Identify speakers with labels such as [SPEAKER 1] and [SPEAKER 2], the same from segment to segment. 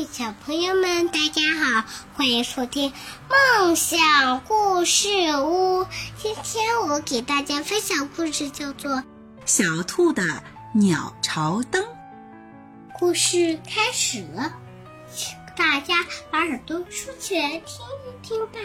[SPEAKER 1] 小朋友们，大家好，欢迎收听梦想故事屋。今天我给大家分享故事叫做
[SPEAKER 2] 小兔的鸟巢灯。
[SPEAKER 1] 故事开始了，请大家把耳朵竖起来听一听吧。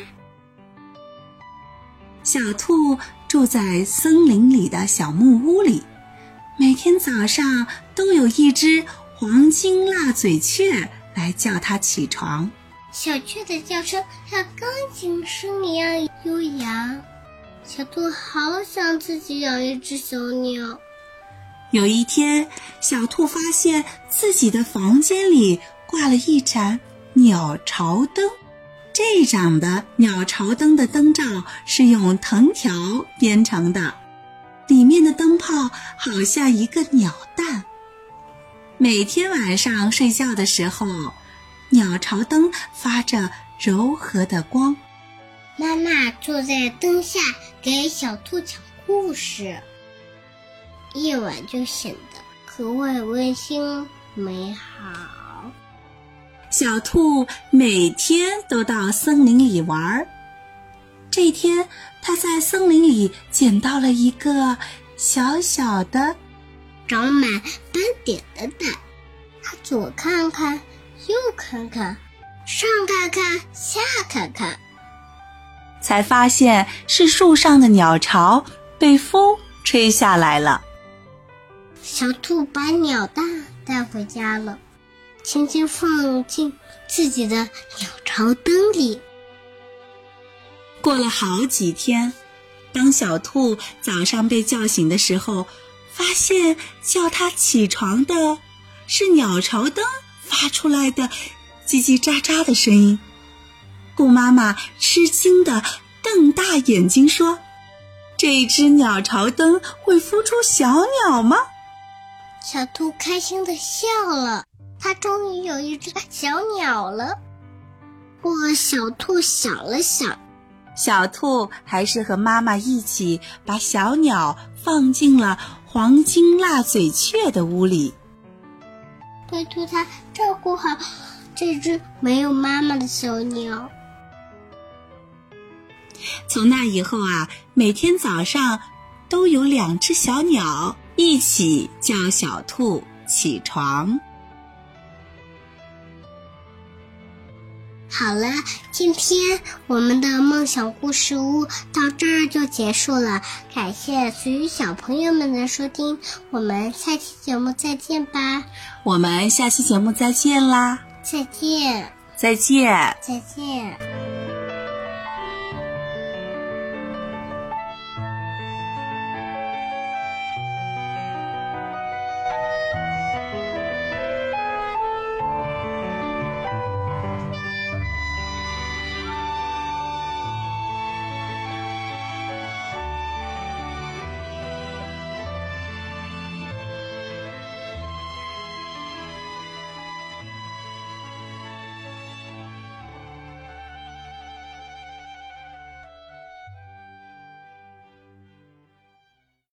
[SPEAKER 2] 小兔住在森林里的小木屋里，每天早上都有一只黄金蜡嘴雀来叫它起床。
[SPEAKER 1] 小雀的叫声像钢琴声一样悠扬，小兔好想自己养一只小鸟。
[SPEAKER 2] 有一天，小兔发现自己的房间里挂了一盏鸟巢灯。这盏的鸟巢灯的灯罩是用藤条编成的，里面的灯泡好像一个鸟蛋。每天晚上睡觉的时候，鸟巢灯发着柔和的光。
[SPEAKER 1] 妈妈坐在灯下给小兔讲故事，夜晚就显得格外温馨美好。
[SPEAKER 2] 小兔每天都到森林里玩。这天，它在森林里捡到了一个小小的
[SPEAKER 1] 长满斑点的蛋，它左看看右看看，上看看下看看，
[SPEAKER 2] 才发现是树上的鸟巢被风吹下来了。
[SPEAKER 1] 小兔把鸟蛋带回家了，轻轻放进自己的鸟巢灯里。
[SPEAKER 2] 过了好几天，当小兔早上被叫醒的时候，发现叫它起床的是鸟巢灯发出来的叽叽喳喳的声音。兔妈妈吃惊地瞪大眼睛说：“这只鸟巢灯会孵出小鸟吗？”
[SPEAKER 1] 小兔开心地笑了，它终于有一只小鸟了。小兔想了想，
[SPEAKER 2] 小兔还是和妈妈一起把小鸟放进了黄金蜡嘴雀的屋里。
[SPEAKER 1] 拜托它照顾好这只没有妈妈的小鸟。
[SPEAKER 2] 从那以后啊，每天早上都有2只小鸟一起叫小兔起床。
[SPEAKER 1] 好了，今天我们的梦想故事屋到这儿就结束了，感谢所有小朋友们的收听，我们下期节目再见吧。
[SPEAKER 2] 我们下期节目再见啦！
[SPEAKER 1] 再见。
[SPEAKER 2] 再见。
[SPEAKER 1] 再见。